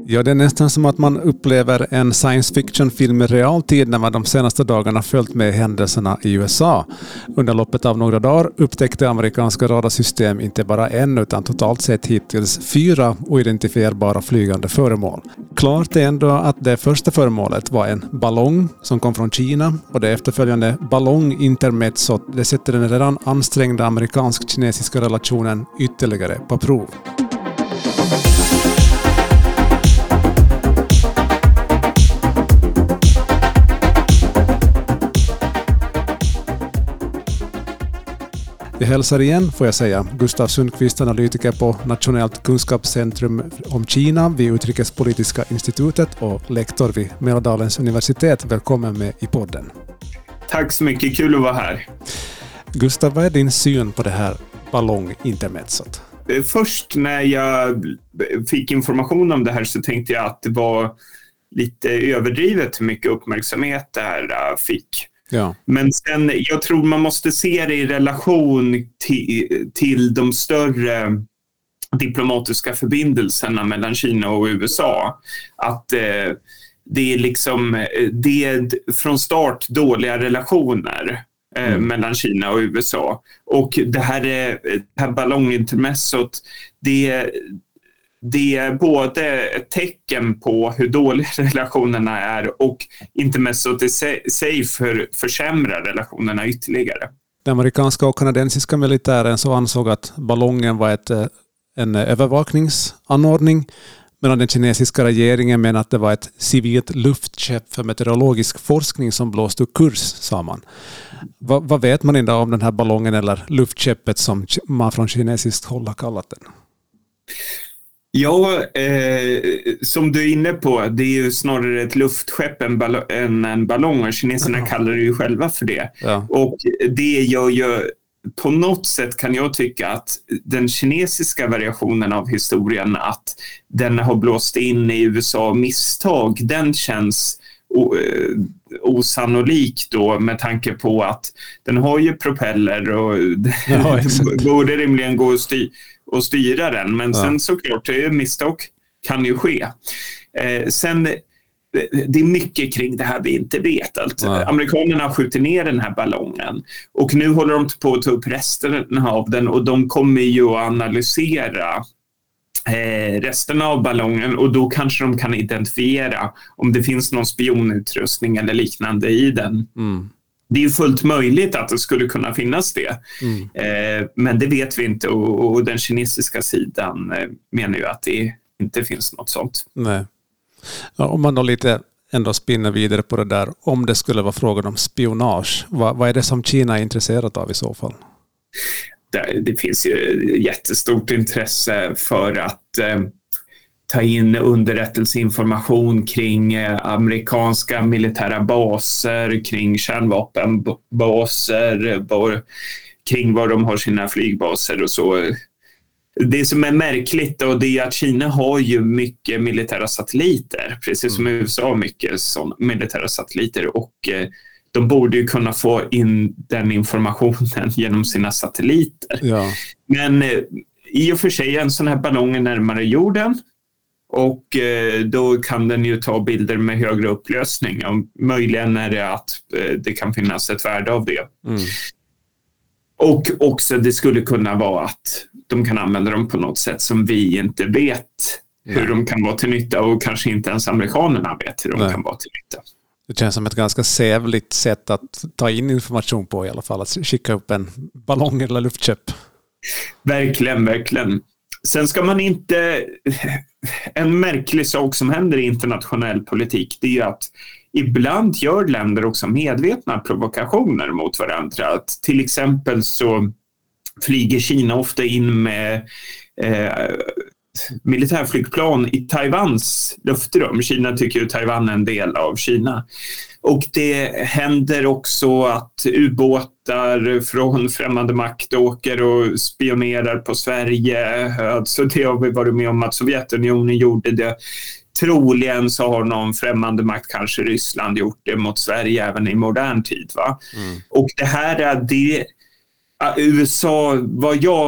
Ja, det är nästan som att man upplever en science fiction-film i realtid när man de senaste dagarna följt med händelserna i USA. Under loppet av några dagar upptäckte amerikanska radarsystem inte bara en utan totalt sett hittills 4 oidentifierbara flygande föremål. Klart är ändå att det första föremålet var en ballong som kom från Kina och det efterföljande ballongintermezzot det sätter den redan ansträngda amerikansk-kinesiska relationen ytterligare på prov. Jag hälsar igen, får jag säga, Gustav Sundqvist, analytiker på Nationellt kunskapscentrum om Kina vid Utrikespolitiska institutet och lektor vid Mälardalens universitet. Välkommen med i podden. Tack så mycket, kul att vara här. Gustav, vad är din syn på det här ballongintermezzot? Först när jag fick information om det här så tänkte jag att det var lite överdrivet hur mycket uppmärksamhet det här fick. Ja. Men sen, jag tror man måste se det i relation till de större diplomatiska förbindelserna mellan Kina och USA. Att det är liksom det är från start dåliga relationer mellan Kina och USA. Och det här ballongintermezzot, det är både ett tecken på hur dåliga relationerna är och intermezzot i sig försämrar relationerna ytterligare. Den amerikanska och kanadensiska militären så ansåg att ballongen var en övervakningsanordning, medan den kinesiska regeringen menade att det var ett civilt luftskepp för meteorologisk forskning som blåste ur kurs, sa man. Vad vet man idag om den här ballongen eller luftskeppet som man från kinesiskt håll har kallat den? Ja, som du är inne på, det är ju snarare ett luftskepp än en ballong och kineserna kallar det ju själva för det. Ja. Och det gör ju, på något sätt kan jag tycka att den kinesiska variationen av historien, att den har blåst in i USA misstag, den känns osannolik då med tanke på att den har ju propeller och borde rimligen gå och styra den, men sen såklart misstag kan ju ske. Sen det är mycket kring det här vi inte vet. Amerikanerna har skjutit ner den här ballongen och nu håller de på att ta upp resten av den och de kommer ju att analysera resten av ballongen och då kanske de kan identifiera om det finns någon spionutrustning eller liknande i den. Det är ju fullt möjligt att det skulle kunna finnas det. Men det vet vi inte och den kinesiska sidan menar ju att det inte finns något sånt. Nej. Ja, om man då lite ändå spinner vidare på det där, om det skulle vara frågan om spionage, vad är det som Kina är intresserat av i så fall? Det finns ju jättestort intresse för att ta in underrättelseinformation kring amerikanska militära baser, kring kärnvapenbaser, kring var de har sina flygbaser och så. Det som är märkligt då, det är att Kina har ju mycket militära satelliter, precis som USA har mycket militära satelliter och de borde ju kunna få in den informationen genom sina satelliter. Ja. Men i och för sig en sån här ballong är närmare jorden och då kan den ju ta bilder med högre upplösning och möjligen är det att det kan finnas ett värde av det. Och också det skulle kunna vara att de kan använda dem på något sätt som vi inte vet hur de kan vara till nytta och kanske inte ens amerikanerna vet hur de kan vara till nytta. Det känns som ett ganska sävligt sätt att ta in information på i alla fall, att skicka upp en ballong eller luftskepp. Verkligen, verkligen. Sen ska man inte... En märklig sak som händer i internationell politik, det är ju att ibland gör länder också medvetna provokationer mot varandra. Att till exempel så flyger Kina ofta in med militärflygplan i Taiwans luftrum. Kina tycker ju Taiwan är en del av Kina. Och det händer också att ubåtar från främmande makt åker och spionerar på Sverige. Så det har vi varit med om att Sovjetunionen gjorde det. Troligen så har någon främmande makt, kanske Ryssland, gjort det mot Sverige även i modern tid. Va? Och det här är det... USA, vad jag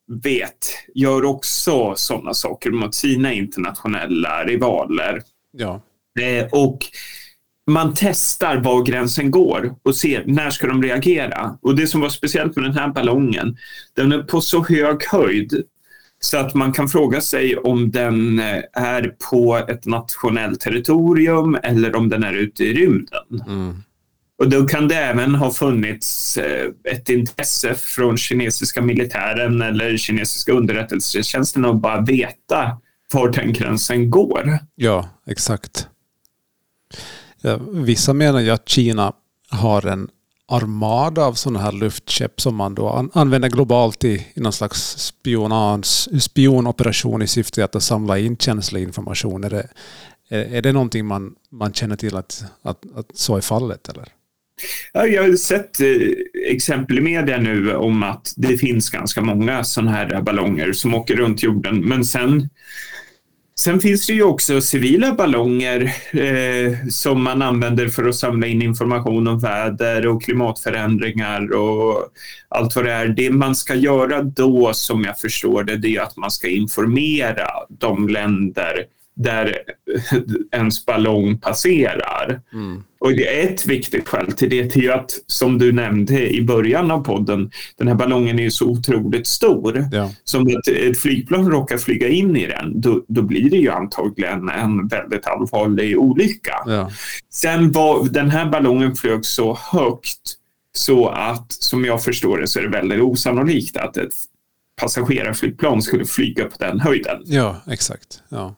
gör också sådana saker mot sina internationella rivaler. Ja. Och man testar var gränsen går och ser när ska de reagera. Och det som var speciellt med den här ballongen, den är på så hög höjd så att man kan fråga sig om den är på ett nationellt territorium eller om den är ute i rymden. Mm. Och då kan det även ha funnits ett intresse från kinesiska militären eller kinesiska underrättelsetjänsten att bara veta var den gränsen går. Ja, exakt. Vissa menar ju att Kina har en armada av sådana här luftskepp som man då använder globalt i någon slags spionoperation i syfte att samla in känslig information. Är det någonting man känner till att så är fallet, eller? Ja, jag har sett exempel i media nu om att det finns ganska många sådana här ballonger som åker runt jorden. Men sen finns det ju också civila ballonger som man använder för att samla in information om väder och klimatförändringar och allt vad det är. Det man ska göra då, som jag förstår det är att man ska informera de länder där ens ballong passerar. Mm. Och det är ett viktigt skäl till det till att, som du nämnde i början av podden, den här ballongen är ju så otroligt stor. Ja. Som ett flygplan råkar flyga in i den, då blir det ju antagligen en väldigt allvarlig olycka. Ja. Sen var den här ballongen flög så högt så att, som jag förstår det, så är det väldigt osannolikt att ett passagerarflygplan skulle flyga på den höjden. Ja, exakt. Ja.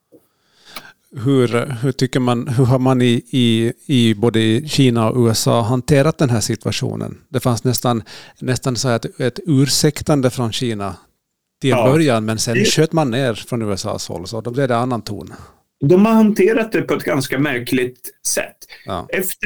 Hur tycker man, hur har man i både Kina och USA hanterat den här situationen? Det fanns nästan så att ett ursäktande från Kina till början, men sen sköt man ner från USAs håll, så då blev det annan ton. De har hanterat det på ett ganska märkligt sätt. Ja.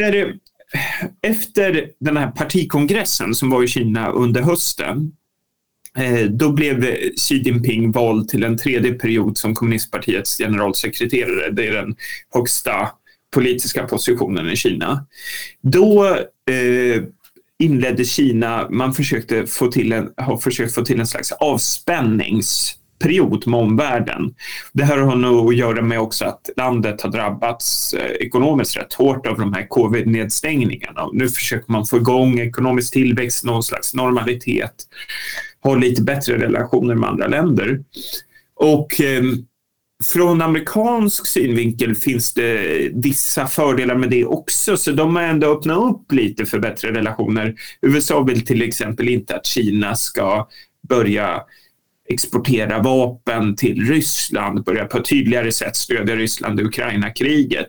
Efter den här partikongressen som var i Kina under hösten, då blev Xi Jinping vald till en tredje period som kommunistpartiets generalsekreterare. Det är den högsta politiska positionen i Kina. Då inledde Kina, man försökt få till en slags avspänningsperiod med omvärlden. Det här har nog att göra med också att landet har drabbats ekonomiskt rätt hårt av de här covid-nedstängningarna. Nu försöker man få igång ekonomisk tillväxt, någon slags normalitet, ha lite bättre relationer med andra länder. Och från amerikansk synvinkel finns det vissa fördelar med det också, så de har ändå öppnat upp lite för bättre relationer. USA vill till exempel inte att Kina ska börja exportera vapen till Ryssland, börja på ett tydligare sätt stödja Ryssland i Ukraina-kriget.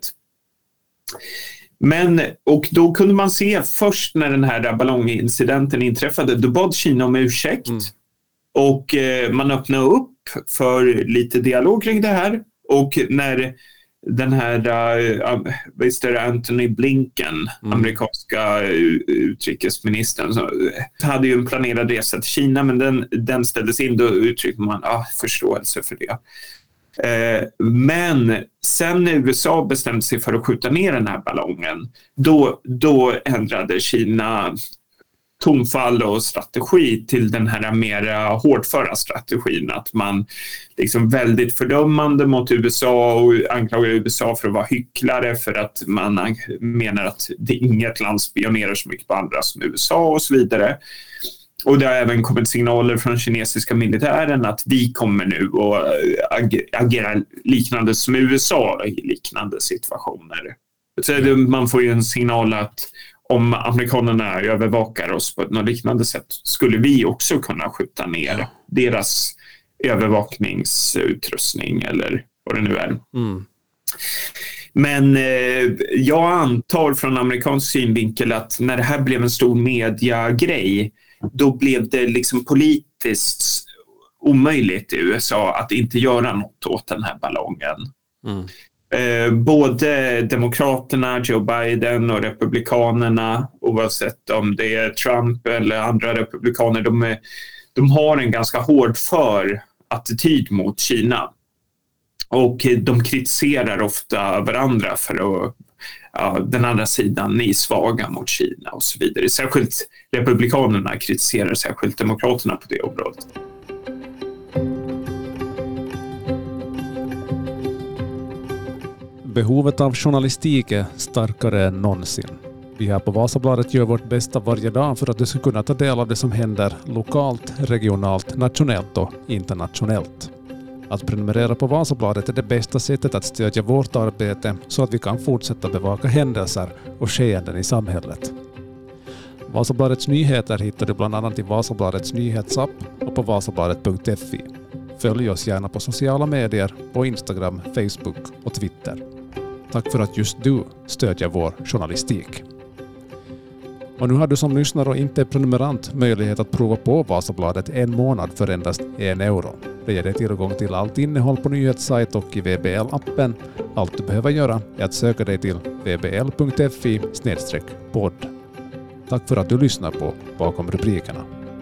Och då kunde man se först när den här ballongincidenten inträffade, då bad Kina om ursäkt. Och man öppnade upp för lite dialog kring det här. Och när den här Anthony Blinken, amerikanska utrikesministern, hade ju en planerad resa till Kina, men den ställdes in, då uttryckte man förståelse för det. Men sen när USA bestämde sig för att skjuta ner den här ballongen, då ändrade Kina tonfall och strategi till den här mera hårdföra strategin, att man liksom väldigt fördömande mot USA och anklagar USA för att vara hycklare, för att man menar att det är inget land spionerar så mycket på andra som USA och så vidare. Och det har även kommit signaler från kinesiska militären att vi kommer nu att agera liknande som USA i liknande situationer. Så man får ju en signal att om amerikanerna övervakar oss på något liknande sätt skulle vi också kunna skjuta ner deras övervakningsutrustning eller vad det nu är. Mm. Men jag antar från amerikansk synvinkel att när det här blev en stor mediagrej, då blev det liksom politiskt omöjligt i USA att inte göra något åt den här ballongen. Mm. Både demokraterna, Joe Biden, och republikanerna, oavsett om det är Trump eller andra republikaner, de har en ganska hårdför attityd mot Kina. Och de kritiserar ofta varandra för att den andra sidan, ni är svaga mot Kina och så vidare. Särskilt republikanerna kritiserar särskilt demokraterna på det området. behovet av journalistik är starkare än någonsin. Vi här på Vasabladet gör vårt bästa varje dag för att du ska kunna ta del av det som händer lokalt, regionalt, nationellt och internationellt. Att prenumerera på Vasabladet är det bästa sättet att stödja vårt arbete så att vi kan fortsätta bevaka händelser och skeenden i samhället. Vasabladets nyheter hittar du bland annat i Vasabladets nyhetsapp och på vasabladet.fi. Följ oss gärna på sociala medier, på Instagram, Facebook och Twitter. Tack för att just du stödjer vår journalistik. Och nu har du som lyssnare och inte prenumerant möjlighet att prova på Vasabladet en månad för endast €1. Det ger dig tillgång till allt innehåll på nyhetssajt och i VBL-appen. Allt du behöver göra är att söka dig till vbl.fi/podd. Tack för att du lyssnar på Bakom rubrikerna.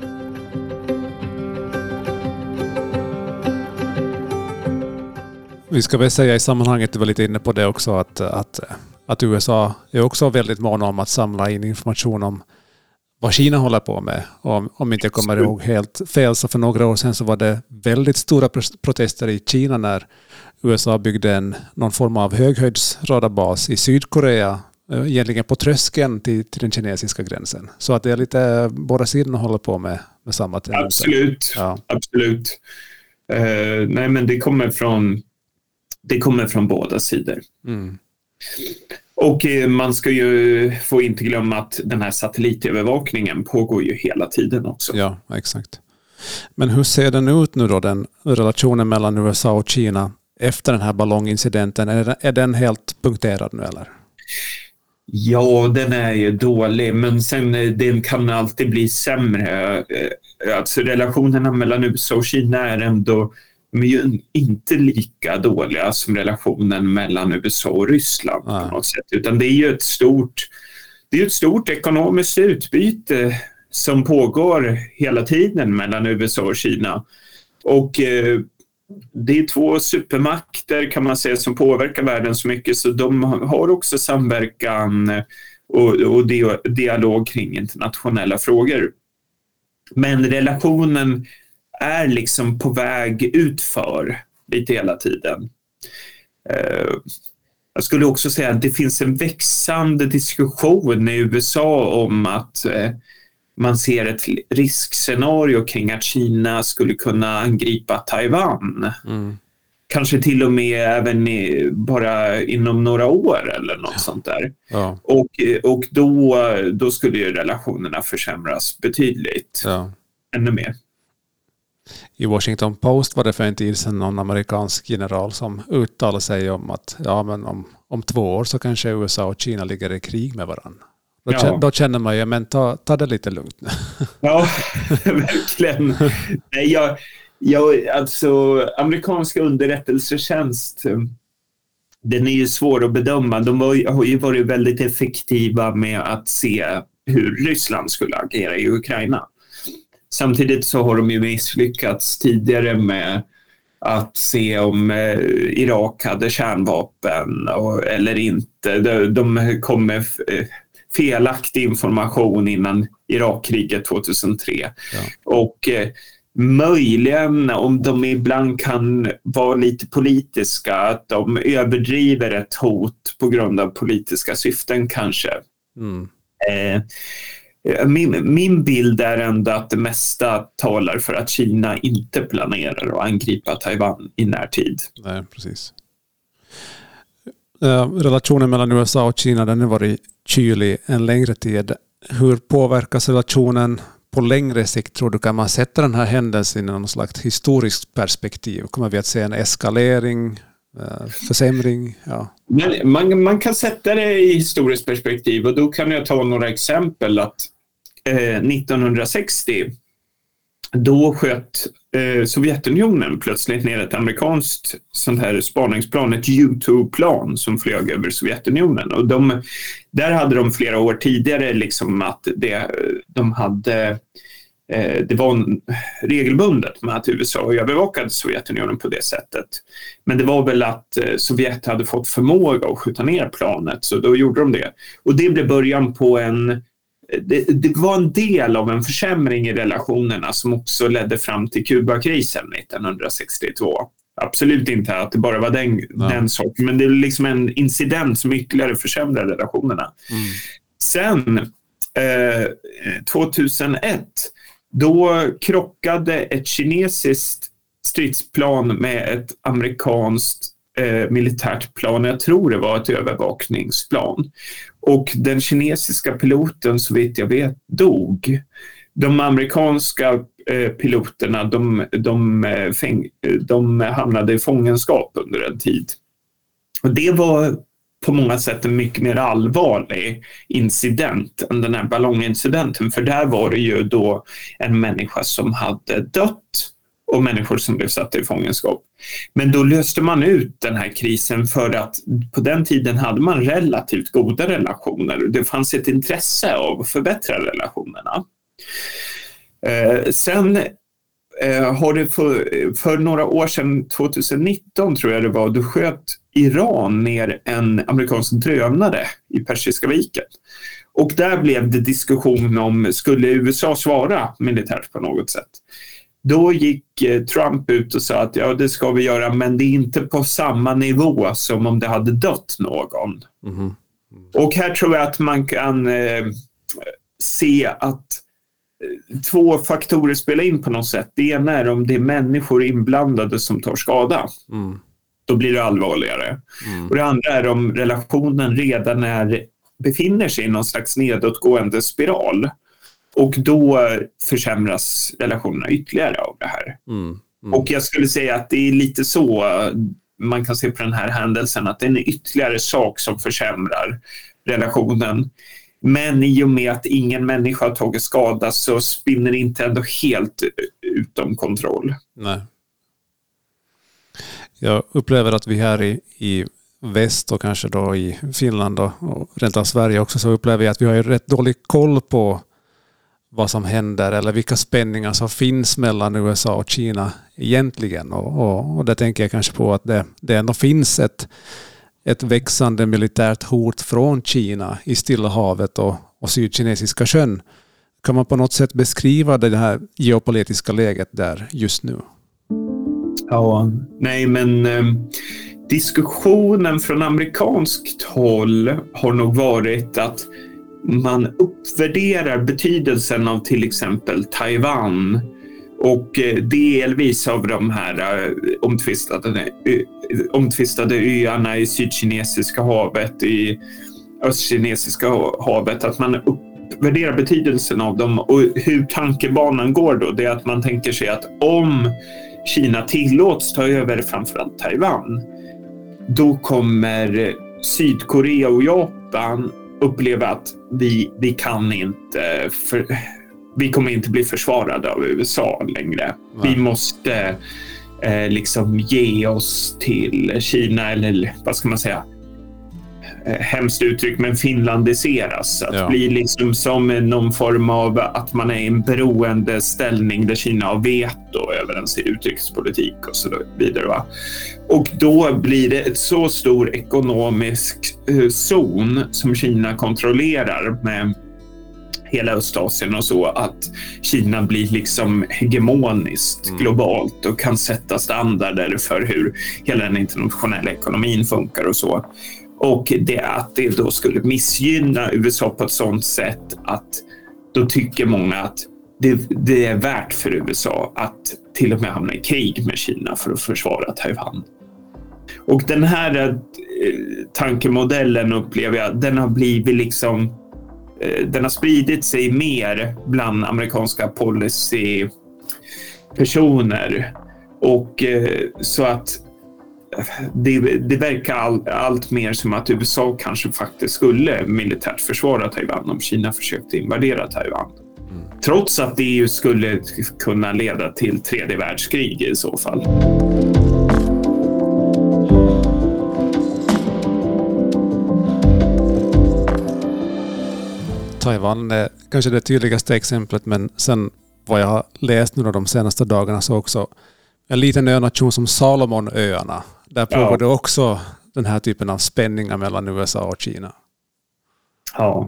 Vi ska väl säga i sammanhanget, du var lite inne på det också, att USA är också väldigt måna om att samla in information om vad Kina håller på med. Om inte jag kommer ihåg helt fel, så för några år sedan så var det väldigt stora protester i Kina när USA byggde någon form av höghöjdsradarbas i Sydkorea, egentligen på tröskeln till den kinesiska gränsen. Så att det är lite, båda sidorna håller på med samma trend. Absolut, ja. Absolut. Nej, men det kommer från båda sidor. Mm. Och man ska ju få inte glömma att den här satellitövervakningen pågår ju hela tiden också. Ja, exakt. Men hur ser den ut nu då, den relationen mellan USA och Kina efter den här ballongincidenten? Är den helt punkterad nu eller? Ja, den är ju dålig, men sen den kan alltid bli sämre. Alltså relationerna mellan USA och Kina är ändå ju inte lika dåliga som relationen mellan USA och Ryssland på något sätt. Utan det är ju ett stort ekonomiskt utbyte som pågår hela tiden mellan USA och Kina. Och det är två supermakter kan man säga som påverkar världen så mycket, så de har också samverkan och dialog kring internationella frågor. Men relationen är liksom på väg utför lite hela tiden. Jag skulle också säga att det finns en växande diskussion i USA om att man ser ett riskscenario kring att Kina skulle kunna angripa Taiwan. Mm. Kanske till och med även bara inom några år eller något sånt där. Ja. Och då skulle ju relationerna försämras betydligt. Ja. Ännu mer. I Washington Post var det för en tid sedan någon amerikansk general som uttalade sig om att om 2 år så kanske USA och Kina ligger i krig med varandra. Då känner man ju, men ta det lite lugnt. Ja, verkligen. Alltså, amerikanska underrättelsetjänst, den är ju svår att bedöma. De har ju varit väldigt effektiva med att se hur Ryssland skulle agera i Ukraina. Samtidigt så har de ju misslyckats tidigare med att se om Irak hade kärnvapen eller inte. De kom med felaktig information innan Irakkriget 2003. Ja. Och möjligen, om de ibland kan vara lite politiska, att de överdriver ett hot på grund av politiska syften kanske. Mm. Min bild är ändå att det mesta talar för att Kina inte planerar att angripa Taiwan i närtid. Nej, precis. Relationen mellan USA och Kina, den har varit kylig en längre tid. Hur påverkas relationen på längre sikt, tror du? Kan man sätta den här händelsen i någon slags historiskt perspektiv? Kommer vi att se en eskalering, försämring? Ja. Man kan sätta det i historiskt perspektiv, och då kan jag ta några exempel. Att 1960 då sköt Sovjetunionen plötsligt ner ett amerikanskt sånt här spaningsplan, ett U-2-plan som flög över Sovjetunionen. Och där hade de flera år tidigare liksom att det var regelbundet med att USA övervakade Sovjetunionen på det sättet. Men det var väl att Sovjet hade fått förmåga att skjuta ner planet, så då gjorde de det. Och det blev början på det var en del av en försämring i relationerna som också ledde fram till Kubakrisen 1962. absolut inte att det bara var den saken, men det är liksom en incident som ytterligare försämrar relationerna. Sen 2001 då krockade ett kinesiskt stridsplan med ett amerikanskt militärt plan. Jag tror det var ett övervakningsplan. Och den kinesiska piloten, så vitt jag vet, dog. De amerikanska piloterna de hamnade i fångenskap under en tid. Och det var på många sätt en mycket mer allvarlig incident än den här ballongincidenten. För där var det ju då en människa som hade dött och människor som blev satta i fångenskap. Men då löste man ut den här krisen för att på den tiden hade man relativt goda relationer. Det fanns ett intresse av att förbättra relationerna. Sen har det för några år sedan, 2019 tror jag det var, då sköt Iran ner en amerikansk drönare i Persiska viken. Och där blev det diskussion om skulle USA svara militärt på något sätt. Då gick Trump ut och sa att ja, det ska vi göra, men det är inte på samma nivå som om det hade dött någon. Och här tror jag att man kan se att två faktorer spelar in på något sätt. Det ena är om det är människor inblandade som tar skada. Då blir det allvarligare. Och det andra är om relationen redan befinner sig i någon slags nedåtgående spiral. Och då försämras relationerna ytterligare av det här. Och jag skulle säga att det är lite så man kan se på den här händelsen, att det är en ytterligare sak som försämrar relationen. Men i och med att ingen människa har tagit skada så spinner det inte ändå helt utom kontroll. Nej. Jag upplever att vi här i väst och kanske då i Finland och rent av Sverige också, så upplever jag att vi har rätt dålig koll på vad som händer eller vilka spänningar som finns mellan USA och Kina egentligen. Och där tänker jag kanske på att det ändå finns ett växande militärt hot från Kina i Stilla havet och Sydkinesiska sjön. Kan man på något sätt beskriva det här geopolitiska läget där just nu? Ja, nej men diskussionen från amerikanskt håll har nog varit att man uppvärderar betydelsen av till exempel Taiwan och delvis av de här omtvistade öarna i Sydkinesiska havet, i Östkinesiska havet, att man uppvärderar betydelsen av dem. Och hur tankebanan går då, det är att man tänker sig att om Kina tillåts ta över framförallt Taiwan, då kommer Sydkorea och Japan uppleva att vi kommer inte bli försvarade av USA längre. Nej. Vi måste liksom ge oss till Kina, eller vad ska man säga, hemskt uttryck, men finlandiseras. Att bli liksom som någon form av att man är i en beroende ställning där Kina har veto över ens utrikespolitik och så vidare. Va? Och då blir det ett så stor ekonomisk zon som Kina kontrollerar med hela Östasien och så, att Kina blir liksom hegemoniskt globalt och kan sätta standarder för hur hela den internationella ekonomin funkar och så. Och att det då skulle missgynna USA på ett sådant sätt att då tycker många att det är värt för USA att till och med hamna i krig med Kina för att försvara Taiwan. Och den här tankemodellen upplever jag, den har spridit sig mer bland amerikanska policypersoner. Och så att det verkar allt mer som att USA kanske faktiskt skulle militärt försvara Taiwan om Kina försökte invadera Taiwan. Trots att det ju skulle kunna leda till tredje världskrig i så fall. Taiwan är kanske det tydligaste exemplet, men sen vad jag har läst nu de senaste dagarna så också en liten önation som Salomonöarna. Där pågår det också den här typen av spänningar mellan USA och Kina. Ja.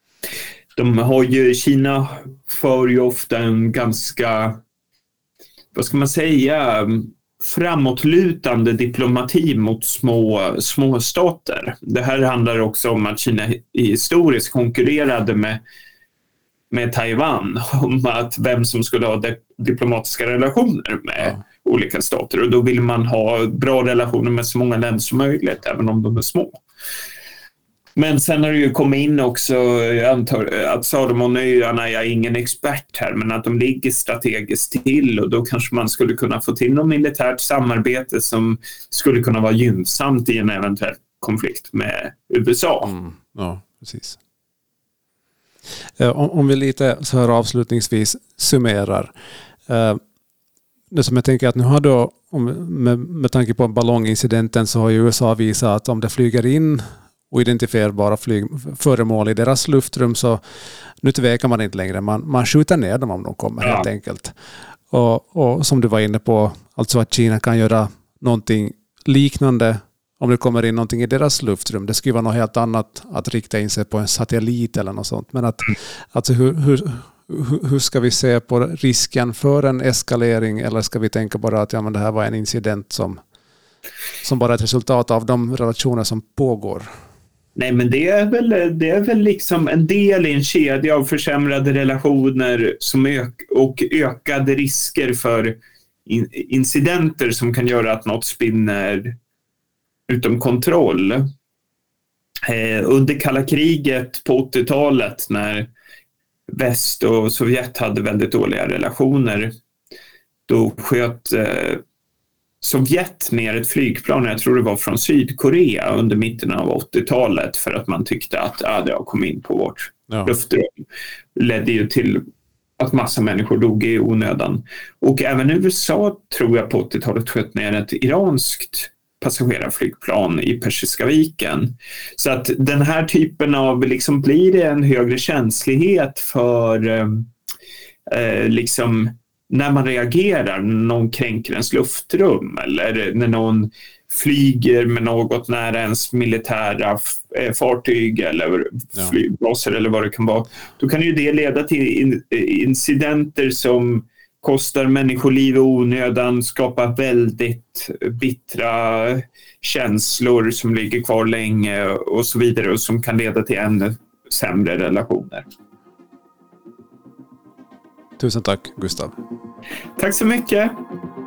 Kina för ju ofta en ganska, vad ska man säga, framåtlutande diplomati mot små stater. Det här handlar också om att Kina historiskt konkurrerade med Taiwan om att vem som skulle ha diplomatiska relationer med olika stater. Och då vill man ha bra relationer med så många länder som möjligt, även om de är små. Men sen har det ju kommit in också, jag antar att Salomonöarna, jag är ingen expert här, men att de ligger strategiskt till, och då kanske man skulle kunna få till något militärt samarbete som skulle kunna vara gynnsamt i en eventuell konflikt med USA. Ja, precis. Om vi lite så här avslutningsvis summerar. Det som jag tänker att nu har då, med tanke på ballongincidenten, så har ju USA visat att om det flyger in oidentifierbara föremål i deras luftrum, så nu tvekar man inte längre. Man skjuter ner dem om de kommer helt enkelt. Och som du var inne på, alltså att Kina kan göra någonting liknande om det kommer in någonting i deras luftrum. Det skulle vara något helt annat att rikta in sig på en satellit eller något sånt. Men alltså hur ska vi se på risken för en eskalering, eller ska vi tänka bara att men det här var en incident som bara är ett resultat av de relationer som pågår? Nej, men det är väl liksom en del i en kedja av försämrade relationer och ökade risker för incidenter som kan göra att något spinner utom kontroll. Under kalla kriget på 80-talet, när väst och Sovjet hade väldigt dåliga relationer, då sköt Sovjet ner ett flygplan, jag tror det var från Sydkorea, under mitten av 80-talet, för att man tyckte att det har kommit in på vårt luftrum. Ledde ju till att massa människor dog i onödan. Och även USA, tror jag, på 80-talet sköt ner ett iranskt passagerarflygplan i Persiska viken. Så att den här typen av, liksom, blir det en högre känslighet för liksom när man reagerar, när någon kränker ens luftrum, eller när någon flyger med något nära ens militära fartyg eller flygbaser eller vad det kan vara. Då kan ju det leda till incidenter som kostar människoliv i onödan, skapar väldigt bittra känslor som ligger kvar länge och så vidare, och som kan leda till ännu sämre relationer. Tusen tack, Gustav. Tack så mycket.